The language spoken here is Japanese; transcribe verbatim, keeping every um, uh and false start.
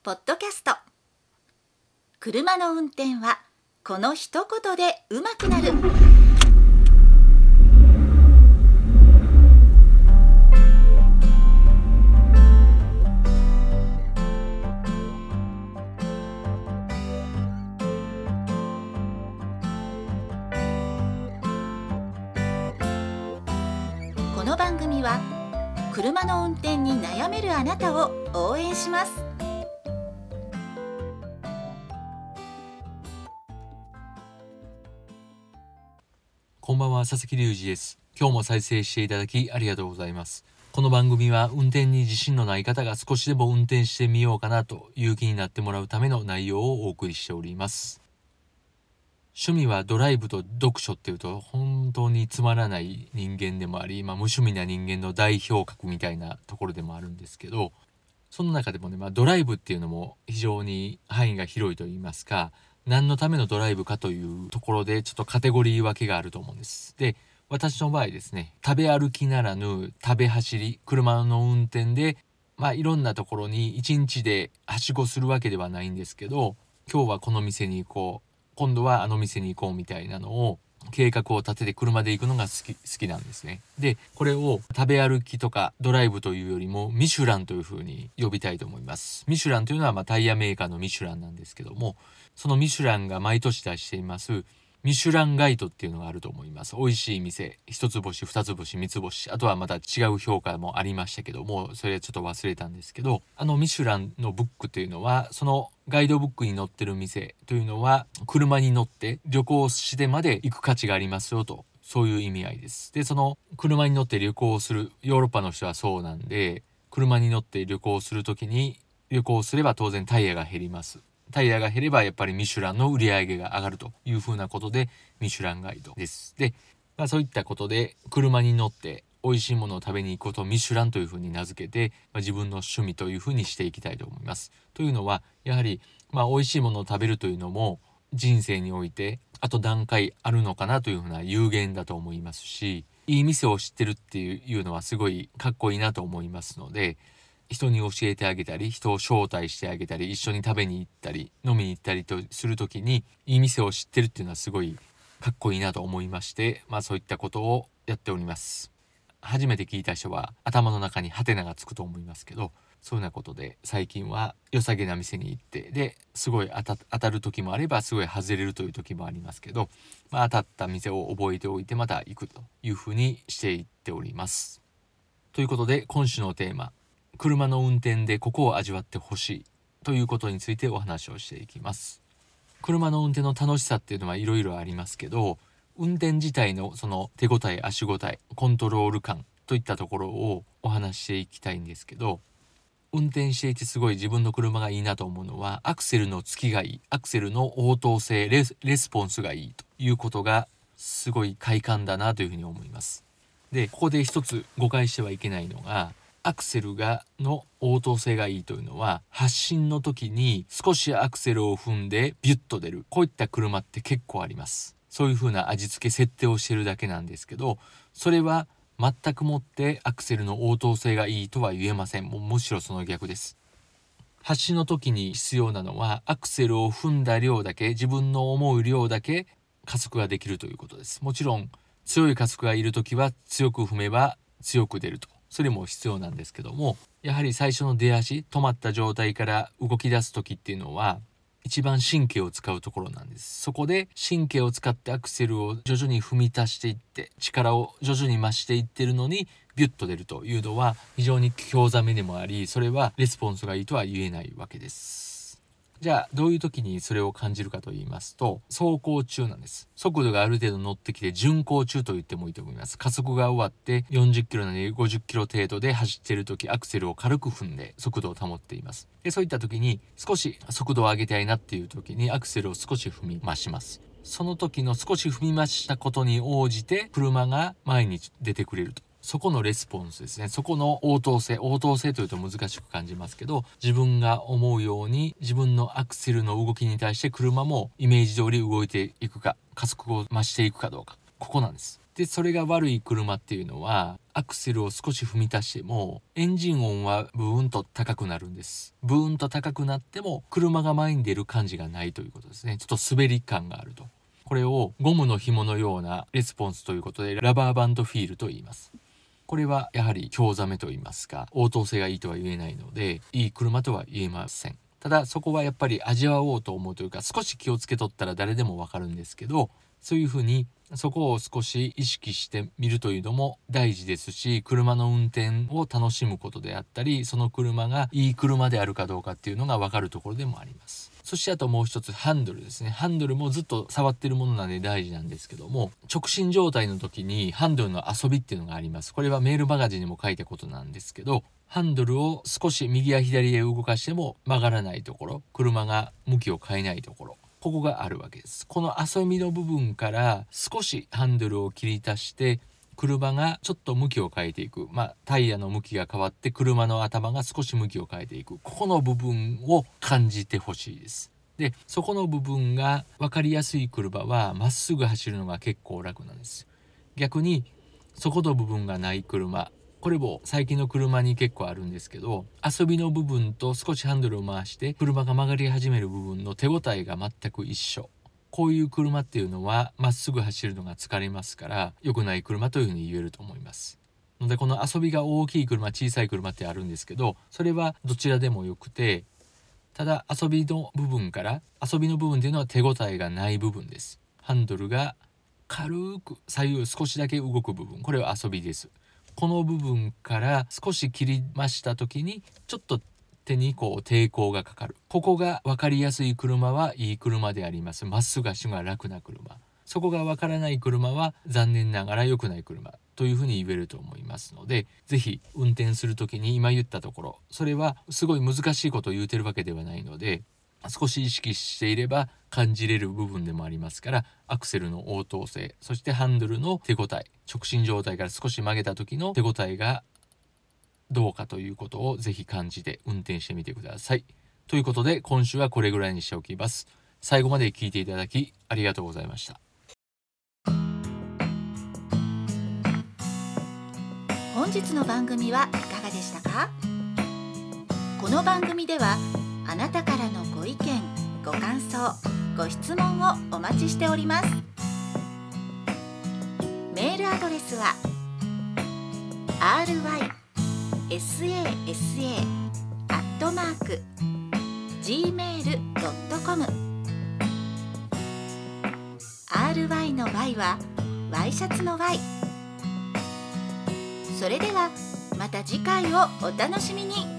ポッドキャスト。車の運転はこの一言で上手くなる。この番組は車の運転に悩めるあなたを応援します。 こんばんは、佐々木隆二です。今日も再生していただきありがとうございます。この番組は運転に自信のない方が少しでも運転してみようかなという気になってもらうための内容をお送りしております。趣味はドライブと読書っていうと本当につまらない人間でもあり、まあ、無趣味な人間の代表格みたいなところでもあるんですけど、その中でもね、まあ、ドライブっていうのも非常に範囲が広いといいますか、何のためのドライブかというところでちょっとカテゴリー分けがあると思うんです。で、私の場合ですね、食べ歩きならぬ食べ走り、車の運転で、まあいろんなところに一日ではしごするわけではないんですけど、今日はこの店に行こう、今度はあの店に行こうみたいなのを計画を立てて車で行くのが好き、好きなんですね。で、これを食べ歩きとかドライブというよりもミシュランというふうに呼びたいと思います。ミシュランというのはまあタイヤメーカーのミシュランなんですけども、そのミシュランが毎年出していますミシュランガイドっていうのがあると思います。美味しい店、一つ星、二つ星、三つ星、あとはまた違う評価もありましたけども、それはちょっと忘れたんですけど、あのミシュランのブックというのは、そのガイドブックに載ってる店というのは車に乗って旅行してまで行く価値がありますよと、そういう意味合いです。で、その車に乗って旅行する、ヨーロッパの人はそうなんで、車に乗って旅行するときに旅行すれば当然タイヤが減ります。タイヤが減ればやっぱりミシュランの売り上げが上がるというふうなことでミシュランガイドです。で、まあ、そういったことで車に乗って美味しいものを食べに行くことをミシュランというふうに名付けて、まあ、自分の趣味というふうにしていきたいと思います。というのはやはりまあ美味しいものを食べるというのも人生においてあと段階あるのかなというふうな有限だと思いますし、いい店を知ってるっていうのはすごいかっこいいなと思いますので、人に教えてあげたり、人を招待してあげたり、一緒に食べに行ったり飲みに行ったりとするときにいい店を知ってるっていうのはすごいかっこいいなと思いまして、まあそういったことをやっております。初めて聞いた人は頭の中にハテナがつくと思いますけど、そういうようなことで最近は良さげな店に行って、ですごい当た、当たる時もあればすごい外れるという時もありますけど、まあ、当たった店を覚えておいてまた行くというふうにしていっております。ということで今週のテーマ、車の運転でここを味わってほしいということについてお話をしていきます。車の運転の楽しさっていうのはいろいろありますけど、運転自体のその手応え、足応え、コントロール感といったところをお話ししていきたいんですけど、運転していてすごい自分の車がいいなと思うのはアクセルのつきがいい、アクセルの応答性、レス、レスポンスがいいということがすごい快感だなというふうに思います。で、ここで一つ誤解してはいけないのが、アクセルがの応答性がいいというのは発進の時に少しアクセルを踏んでビュッと出る、こういった車って結構あります。そういう風な味付け設定をしてるだけなんですけど、それは全くもってアクセルの応答性がいいとは言えません。もうむしろその逆です。発進の時に必要なのはアクセルを踏んだ量だけ、自分の思う量だけ加速ができるということです。もちろん強い加速がいる時は強く踏めば強く出ると、それも必要なんですけども、やはり最初の出足、止まった状態から動き出す時っていうのは一番神経を使うところなんです。そこで神経を使ってアクセルを徐々に踏み足していって力を徐々に増していってるのにビュッと出るというのは非常に興ざめでもあり、それはレスポンスがいいとは言えないわけです。じゃあどういう時にそれを感じるかと言いますと、走行中なんです。速度がある程度乗ってきて巡航中と言ってもいいと思います。加速が終わってよんじゅっキロなりごじゅっキロ程度で走っている時、アクセルを軽く踏んで速度を保っています。で、そういった時に少し速度を上げたいなっていう時にアクセルを少し踏み増します。その時の少し踏み増したことに応じて車が前に出てくれると、そこのレスポンスですね。そこの応答性、応答性というと難しく感じますけど、自分が思うように自分のアクセルの動きに対して車もイメージ通り動いていくか、加速を増していくかどうか、ここなんです。 でそれが悪い車っていうのはアクセルを少し踏み足してもエンジン音はブーンと高くなるんです。ブーンと高くなっても車が前に出る感じがないということですね。ちょっと滑り感があると。これをゴムの紐のようなレスポンスということでラバーバンドフィールと言います。これはやはり興ざめと言いますか応答性がいいとは言えないのでいい車とは言えません。ただそこはやっぱり味わおうと思うというか少し気をつけとったら誰でもわかるんですけど、そういうふうにそこを少し意識してみるというのも大事ですし、車の運転を楽しむことであったりその車がいい車であるかどうかっていうのが分かるところでもあります。そしてあともう一つハンドルですね。ハンドルもずっと触ってるものなんで大事なんですけども、直進状態の時にハンドルの遊びっていうのがあります。これはメールマガジンにも書いたことなんですけど、ハンドルを少し右や左へ動かしても曲がらないところ、車が向きを変えないところ、ここがあるわけです。この遊びの部分から少しハンドルを切り足して車がちょっと向きを変えていく、まあタイヤの向きが変わって車の頭が少し向きを変えていく、ここの部分を感じてほしいです。でそこの部分が分かりやすい車はまっすぐ走るのが結構楽なんです。逆にそこの部分がない車、これも最近の車に結構あるんですけど、遊びの部分と少しハンドルを回して車が曲がり始める部分の手応えが全く一緒。こういう車っていうのはまっすぐ走るのが疲れますから良くない車というふうに言えると思います。のでこの遊びが大きい車小さい車ってあるんですけど、それはどちらでもよくて、ただ遊びの部分から遊びの部分っていうのは手応えがない部分です。ハンドルが軽く左右少しだけ動く部分、これは遊びです。この部分から少し切りました時にちょっと手にこう抵抗がかかる。ここが分かりやすい車はいい車であります。まっすぐ足が楽な車。そこが分からない車は残念ながら良くない車というふうに言えると思いますので、ぜひ運転する時に今言ったところ、それはすごい難しいことを言うてるわけではないので少し意識していれば感じれる部分でもありますから、アクセルの応答性、そしてハンドルの手応え、直進状態から少し曲げた時の手応えがどうかということをぜひ感じて運転してみてください。ということで今週はこれぐらいにしておきます。最後まで聞いていただきありがとうございました。 本日の番組はいかがでしたか？この番組ではあなたからのご意見、ご感想、ご質問をお待ちしております。メールアドレスは アールワイエスエーエスエー アットマーク ジーメール ドットコム アールワイ の Y はワイシャツの Y。 それではまた次回をお楽しみに。